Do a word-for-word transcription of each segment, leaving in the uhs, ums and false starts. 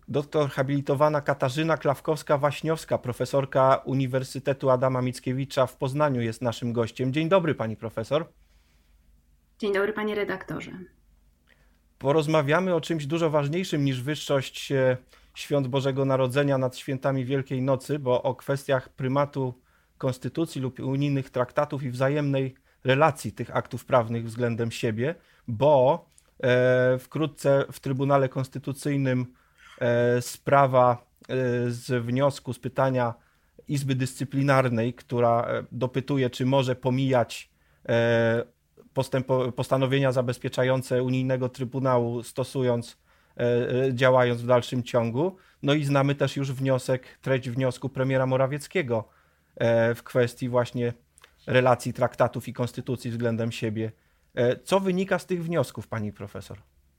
doktor habilitowana Katarzyna Klawkowska-Waśniowska, profesorka Uniwersytetu Adama Mickiewicza w Poznaniu jest naszym gościem. Dzień dobry, pani profesor. Dzień dobry, panie redaktorze. Porozmawiamy o czymś dużo ważniejszym niż wyższość świąt Bożego Narodzenia nad świętami Wielkiej Nocy, bo o kwestiach prymatu konstytucji lub unijnych traktatów i wzajemnej relacji tych aktów prawnych względem siebie, bo e, wkrótce w Trybunale Konstytucyjnym e, sprawa e, z wniosku, z pytania Izby Dyscyplinarnej, która dopytuje, czy może pomijać e, postępo, postanowienia zabezpieczające unijnego Trybunału, stosując, e, działając w dalszym ciągu. No i znamy też już wniosek, treść wniosku premiera Morawieckiego e, w kwestii właśnie relacji traktatów i konstytucji względem siebie. Co wynika z tych wniosków, pani profesor?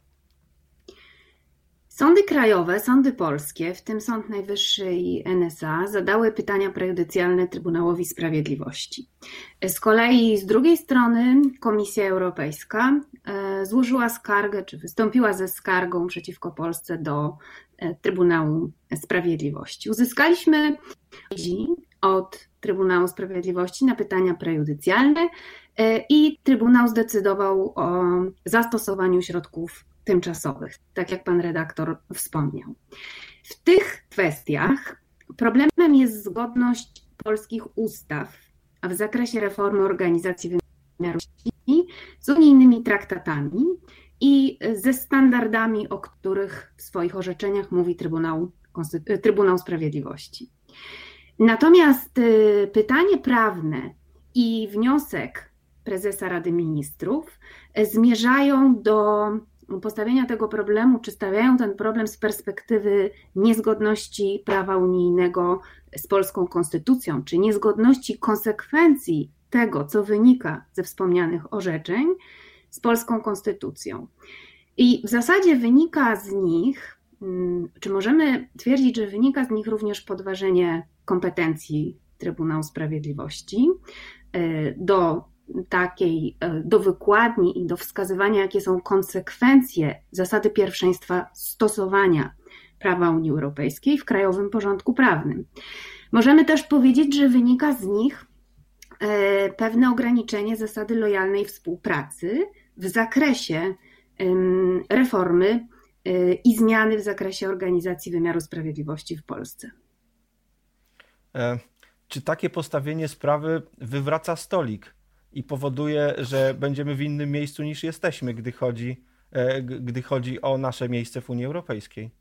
Sądy krajowe, sądy polskie, w tym Sąd Najwyższy i N S A, zadały pytania prejudycjalne Trybunałowi Sprawiedliwości. Z kolei z drugiej strony Komisja Europejska złożyła skargę, czy wystąpiła ze skargą przeciwko Polsce do Trybunału Sprawiedliwości. Uzyskaliśmy od Trybunału Sprawiedliwości na pytania prejudycjalne i Trybunał zdecydował o zastosowaniu środków tymczasowych, tak jak pan redaktor wspomniał. W tych kwestiach problemem jest zgodność polskich ustaw w zakresie reformy organizacji wymiaru sprawiedliwości z unijnymi traktatami i ze standardami, o których w swoich orzeczeniach mówi Trybunał, Trybunał Sprawiedliwości. Natomiast pytanie prawne i wniosek prezesa Rady Ministrów zmierzają do postawienia tego problemu, czy stawiają ten problem z perspektywy niezgodności prawa unijnego z polską konstytucją, czy niezgodności konsekwencji tego, co wynika ze wspomnianych orzeczeń, z polską konstytucją. I w zasadzie wynika z nich, czy możemy twierdzić, że wynika z nich również podważenie kompetencji Trybunału Sprawiedliwości do takiej, do wykładni i do wskazywania, jakie są konsekwencje zasady pierwszeństwa stosowania prawa Unii Europejskiej w krajowym porządku prawnym. Możemy też powiedzieć, że wynika z nich pewne ograniczenie zasady lojalnej współpracy w zakresie reformy i zmiany w zakresie organizacji wymiaru sprawiedliwości w Polsce. Czy takie postawienie sprawy wywraca stolik i powoduje, że będziemy w innym miejscu niż jesteśmy, gdy chodzi, gdy chodzi o nasze miejsce w Unii Europejskiej?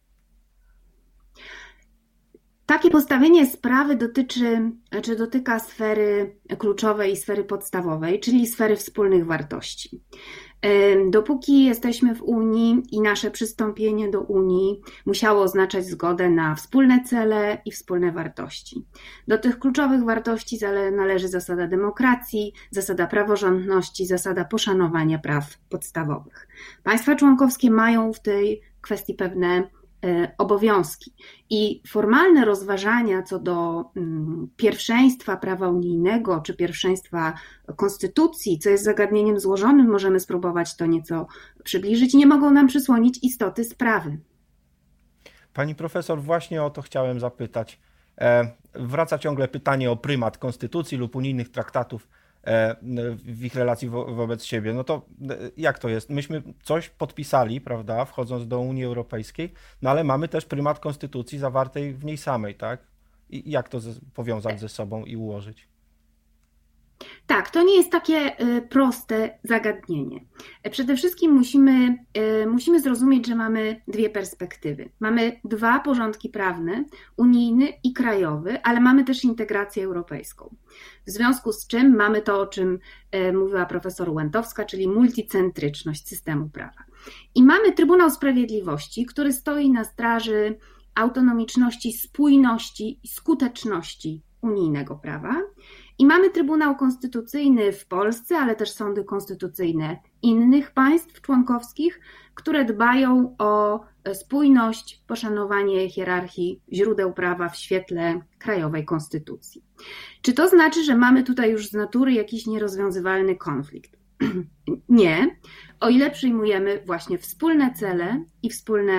Takie postawienie sprawy dotyczy, czy dotyka sfery kluczowej i sfery podstawowej, czyli sfery wspólnych wartości. Dopóki jesteśmy w Unii i nasze przystąpienie do Unii musiało oznaczać zgodę na wspólne cele i wspólne wartości. Do tych kluczowych wartości należy zasada demokracji, zasada praworządności, zasada poszanowania praw podstawowych. Państwa członkowskie mają w tej kwestii pewne obowiązki i formalne rozważania co do pierwszeństwa prawa unijnego czy pierwszeństwa konstytucji, co jest zagadnieniem złożonym, możemy spróbować to nieco przybliżyć, nie mogą nam przysłonić istoty sprawy. Pani profesor, właśnie o to chciałem zapytać. Wraca ciągle pytanie o prymat konstytucji lub unijnych traktatów w ich relacji wo- wobec siebie. No to jak to jest? Myśmy coś podpisali, prawda, wchodząc do Unii Europejskiej, no ale mamy też prymat konstytucji zawartej w niej samej, tak? I jak to z- powiązać ze sobą i ułożyć? Tak, to nie jest takie proste zagadnienie. Przede wszystkim musimy, musimy zrozumieć, że mamy dwie perspektywy. Mamy dwa porządki prawne, unijny i krajowy, ale mamy też integrację europejską. W związku z czym mamy to, o czym mówiła profesor Łętowska, czyli multicentryczność systemu prawa. I mamy Trybunał Sprawiedliwości, który stoi na straży autonomiczności, spójności i skuteczności unijnego prawa. I mamy Trybunał Konstytucyjny w Polsce, ale też sądy konstytucyjne innych państw członkowskich, które dbają o spójność, poszanowanie hierarchii źródeł prawa w świetle krajowej konstytucji. Czy to znaczy, że mamy tutaj już z natury jakiś nierozwiązywalny konflikt? Nie, o ile przyjmujemy właśnie wspólne cele i wspólne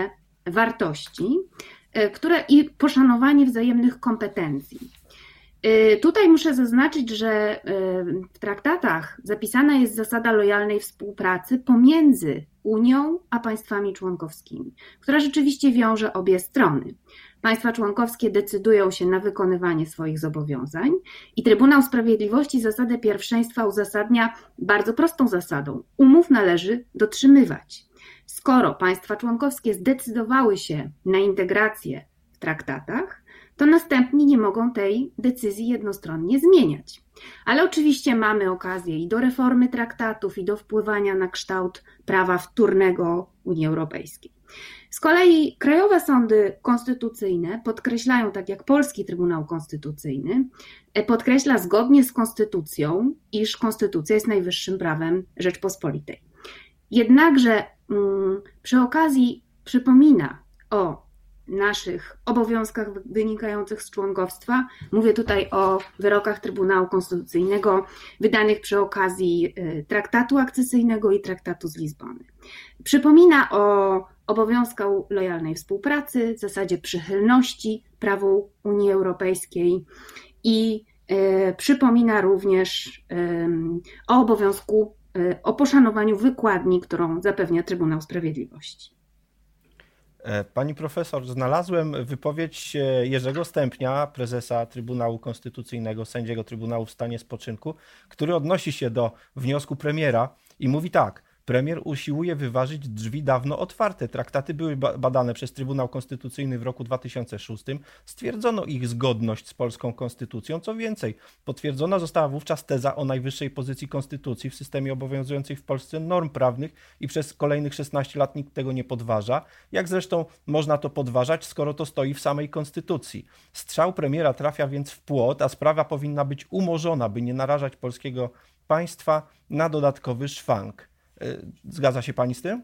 wartości, które i poszanowanie wzajemnych kompetencji. Tutaj muszę zaznaczyć, że w traktatach zapisana jest zasada lojalnej współpracy pomiędzy Unią a państwami członkowskimi, która rzeczywiście wiąże obie strony. Państwa członkowskie decydują się na wykonywanie swoich zobowiązań i Trybunał Sprawiedliwości zasadę pierwszeństwa uzasadnia bardzo prostą zasadą. Umów należy dotrzymywać. Skoro państwa członkowskie zdecydowały się na integrację w traktatach, to następni nie mogą tej decyzji jednostronnie zmieniać. Ale oczywiście mamy okazję i do reformy traktatów, i do wpływania na kształt prawa wtórnego Unii Europejskiej. Z kolei krajowe sądy konstytucyjne podkreślają, tak jak polski Trybunał Konstytucyjny, podkreśla zgodnie z konstytucją, iż konstytucja jest najwyższym prawem Rzeczpospolitej. Jednakże mm, przy okazji przypomina o naszych obowiązkach wynikających z członkostwa. Mówię tutaj o wyrokach Trybunału Konstytucyjnego wydanych przy okazji traktatu akcesyjnego i traktatu z Lizbony. Przypomina o obowiązku lojalnej współpracy, zasadzie przychylności prawu Unii Europejskiej i y, przypomina również y, o obowiązku, y, o poszanowaniu wykładni, którą zapewnia Trybunał Sprawiedliwości. Pani profesor, znalazłem wypowiedź Jerzego Stępnia, prezesa Trybunału Konstytucyjnego, sędziego Trybunału w stanie spoczynku, który odnosi się do wniosku premiera i mówi tak: premier usiłuje wyważyć drzwi dawno otwarte. Traktaty były badane przez Trybunał Konstytucyjny w roku dwa tysiące szóstym. Stwierdzono ich zgodność z polską konstytucją. Co więcej, potwierdzona została wówczas teza o najwyższej pozycji konstytucji w systemie obowiązujących w Polsce norm prawnych i przez kolejnych szesnaście lat nikt tego nie podważa. Jak zresztą można to podważać, skoro to stoi w samej konstytucji. Strzał premiera trafia więc w płot, a sprawa powinna być umorzona, by nie narażać polskiego państwa na dodatkowy szwank. Zgadza się pani z tym?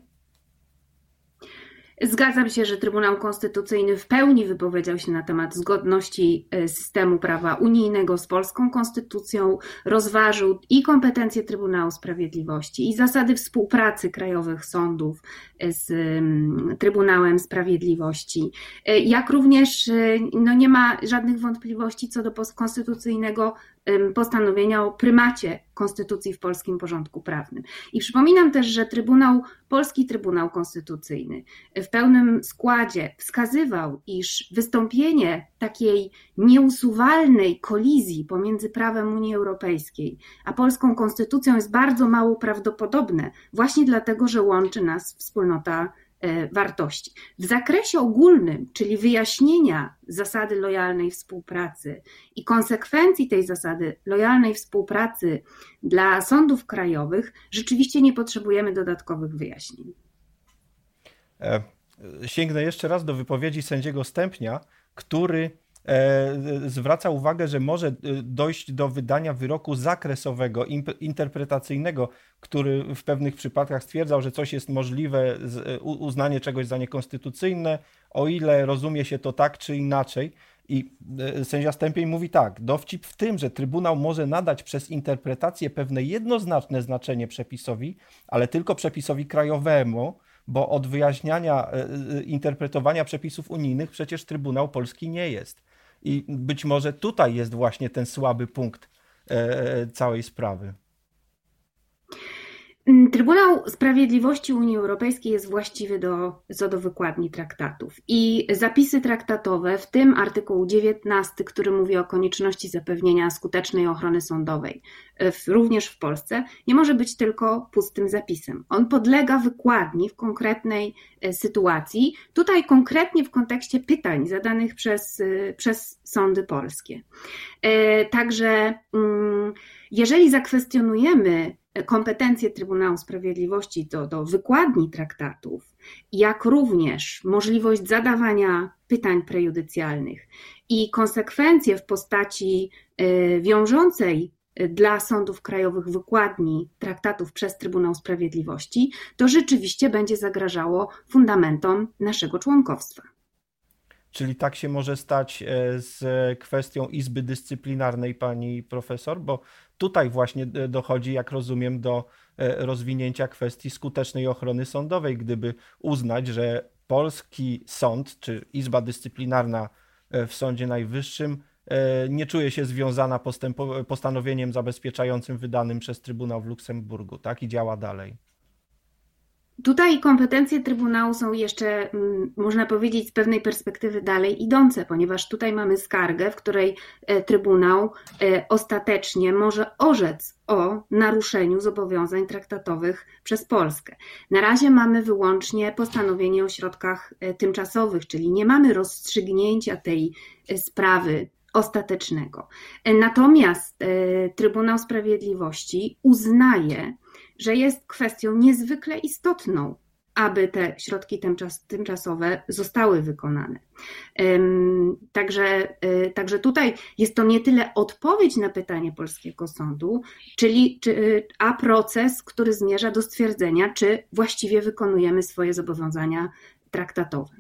Zgadzam się, że Trybunał Konstytucyjny w pełni wypowiedział się na temat zgodności systemu prawa unijnego z polską konstytucją, rozważył i kompetencje Trybunału Sprawiedliwości, i zasady współpracy krajowych sądów z Trybunałem Sprawiedliwości, jak również no, nie ma żadnych wątpliwości co do konstytucyjnego postanowienia o prymacie konstytucji w polskim porządku prawnym. I przypominam też, że Trybunał, polski Trybunał Konstytucyjny w pełnym składzie wskazywał, iż wystąpienie takiej nieusuwalnej kolizji pomiędzy prawem Unii Europejskiej a polską konstytucją jest bardzo mało prawdopodobne, właśnie dlatego, że łączy nas wspólnota wartości. W zakresie ogólnym, czyli wyjaśnienia zasady lojalnej współpracy i konsekwencji tej zasady lojalnej współpracy dla sądów krajowych, rzeczywiście nie potrzebujemy dodatkowych wyjaśnień. Sięgnę jeszcze raz do wypowiedzi sędziego Stępnia, który zwraca uwagę, że może dojść do wydania wyroku zakresowego, interpretacyjnego, który w pewnych przypadkach stwierdzał, że coś jest możliwe, uznanie czegoś za niekonstytucyjne, o ile rozumie się to tak czy inaczej. I sędzia Stępień mówi tak: dowcip w tym, że Trybunał może nadać przez interpretację pewne jednoznaczne znaczenie przepisowi, ale tylko przepisowi krajowemu, bo od wyjaśniania, interpretowania przepisów unijnych przecież Trybunał Polski nie jest. I być może tutaj jest właśnie ten słaby punkt całej sprawy. Trybunał Sprawiedliwości Unii Europejskiej jest właściwy do, co do wykładni traktatów i zapisy traktatowe, w tym artykuł dziewiętnasty, który mówi o konieczności zapewnienia skutecznej ochrony sądowej, w, również w Polsce, nie może być tylko pustym zapisem. On podlega wykładni w konkretnej sytuacji, tutaj konkretnie w kontekście pytań zadanych przez, przez sądy polskie. Także jeżeli zakwestionujemy kompetencje Trybunału Sprawiedliwości do, do wykładni traktatów, jak również możliwość zadawania pytań prejudycjalnych i konsekwencje w postaci wiążącej dla sądów krajowych wykładni traktatów przez Trybunał Sprawiedliwości, to rzeczywiście będzie zagrażało fundamentom naszego członkostwa. Czyli tak się może stać z kwestią Izby Dyscyplinarnej, pani profesor, bo tutaj właśnie dochodzi, jak rozumiem, do rozwinięcia kwestii skutecznej ochrony sądowej, gdyby uznać, że polski sąd, czy Izba Dyscyplinarna w Sądzie Najwyższym nie czuje się związana postępo- postanowieniem zabezpieczającym wydanym przez Trybunał w Luksemburgu, tak? I działa dalej. Tutaj kompetencje Trybunału są jeszcze, można powiedzieć, z pewnej perspektywy dalej idące, ponieważ tutaj mamy skargę, w której Trybunał ostatecznie może orzec o naruszeniu zobowiązań traktatowych przez Polskę. Na razie mamy wyłącznie postanowienie o środkach tymczasowych, czyli nie mamy rozstrzygnięcia tej sprawy ostatecznego. Natomiast Trybunał Sprawiedliwości uznaje, że jest kwestią niezwykle istotną, aby te środki tymczas, tymczasowe zostały wykonane. Także, także tutaj jest to nie tyle odpowiedź na pytanie polskiego sądu, czyli, czy, a proces, który zmierza do stwierdzenia, czy właściwie wykonujemy swoje zobowiązania traktatowe.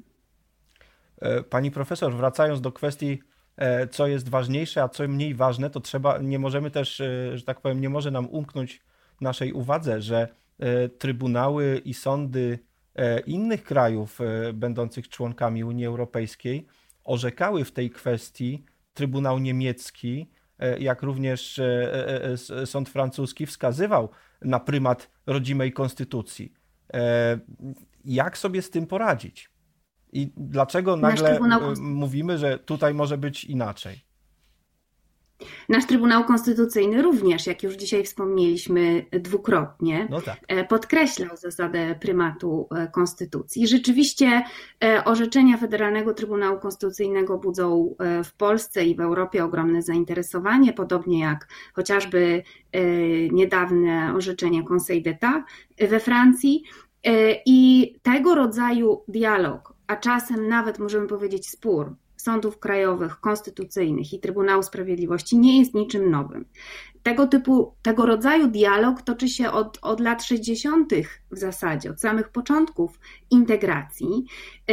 Pani profesor, wracając do kwestii, co jest ważniejsze, a co mniej ważne, to trzeba, nie możemy też, że tak powiem, nie może nam umknąć naszej uwadze, że trybunały i sądy innych krajów będących członkami Unii Europejskiej orzekały w tej kwestii. Trybunał niemiecki, jak również sąd francuski wskazywał na prymat rodzimej konstytucji. Jak sobie z tym poradzić? I dlaczego nagle mówimy, że tutaj może być inaczej? Nasz Trybunał Konstytucyjny również, jak już dzisiaj wspomnieliśmy dwukrotnie, no tak, podkreślał zasadę prymatu konstytucji. Rzeczywiście orzeczenia Federalnego Trybunału Konstytucyjnego budzą w Polsce i w Europie ogromne zainteresowanie, podobnie jak chociażby niedawne orzeczenie Conseil d'État we Francji. I tego rodzaju dialog, a czasem nawet możemy powiedzieć spór sądów krajowych, konstytucyjnych i Trybunału Sprawiedliwości nie jest niczym nowym. Tego typu, tego rodzaju dialog toczy się od, od lat sześćdziesiątych w zasadzie, od samych początków integracji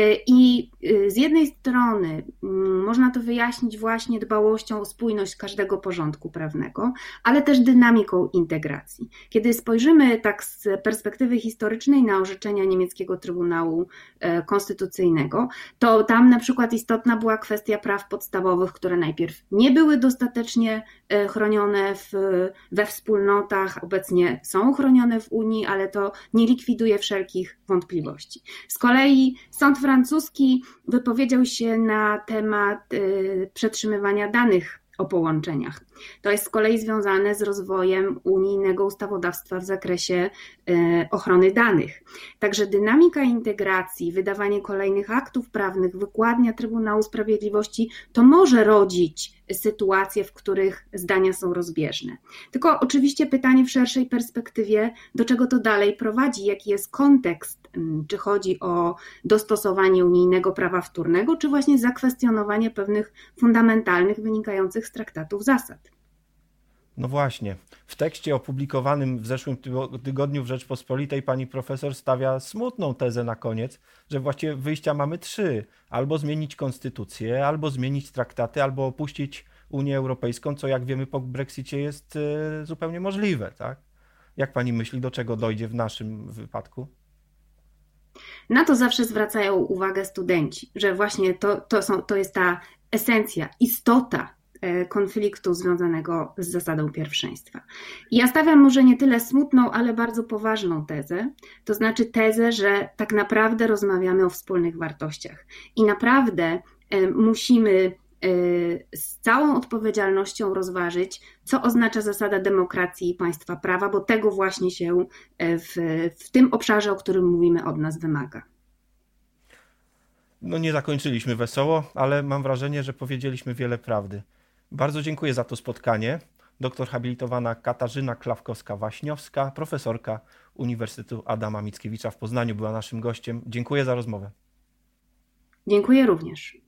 i z jednej strony można to wyjaśnić właśnie dbałością o spójność każdego porządku prawnego, ale też dynamiką integracji. Kiedy spojrzymy tak z perspektywy historycznej na orzeczenia niemieckiego Trybunału Konstytucyjnego, to tam na przykład istotna była kwestia praw podstawowych, które najpierw nie były dostatecznie chronione w we wspólnotach, obecnie są chronione w Unii, ale to nie likwiduje wszelkich wątpliwości. Z kolei sąd francuski wypowiedział się na temat przetrzymywania danych o połączeniach. To jest z kolei związane z rozwojem unijnego ustawodawstwa w zakresie ochrony danych. Także dynamika integracji, wydawanie kolejnych aktów prawnych, wykładnia Trybunału Sprawiedliwości to może rodzić sytuacje, w których zdania są rozbieżne. Tylko oczywiście pytanie w szerszej perspektywie, do czego to dalej prowadzi, jaki jest kontekst, czy chodzi o dostosowanie unijnego prawa wtórnego, czy właśnie zakwestionowanie pewnych fundamentalnych, wynikających z traktatów zasad. No właśnie, w tekście opublikowanym w zeszłym tygodniu w Rzeczpospolitej pani profesor stawia smutną tezę na koniec, że właściwie wyjścia mamy trzy. Albo zmienić konstytucję, albo zmienić traktaty, albo opuścić Unię Europejską, co jak wiemy po Brexicie jest zupełnie możliwe, tak? Jak pani myśli, do czego dojdzie w naszym wypadku? Na to zawsze zwracają uwagę studenci, że właśnie to, to, są, to jest ta esencja, istota konfliktu związanego z zasadą pierwszeństwa. I ja stawiam może nie tyle smutną, ale bardzo poważną tezę, to znaczy tezę, że tak naprawdę rozmawiamy o wspólnych wartościach i naprawdę musimy z całą odpowiedzialnością rozważyć, co oznacza zasada demokracji i państwa prawa, bo tego właśnie się w, w tym obszarze, o którym mówimy, od nas wymaga. No nie zakończyliśmy wesoło, ale mam wrażenie, że powiedzieliśmy wiele prawdy. Bardzo dziękuję za to spotkanie. Doktor habilitowana Katarzyna Klawkowska-Waśniowska, profesorka Uniwersytetu Adama Mickiewicza w Poznaniu była naszym gościem. Dziękuję za rozmowę. Dziękuję również.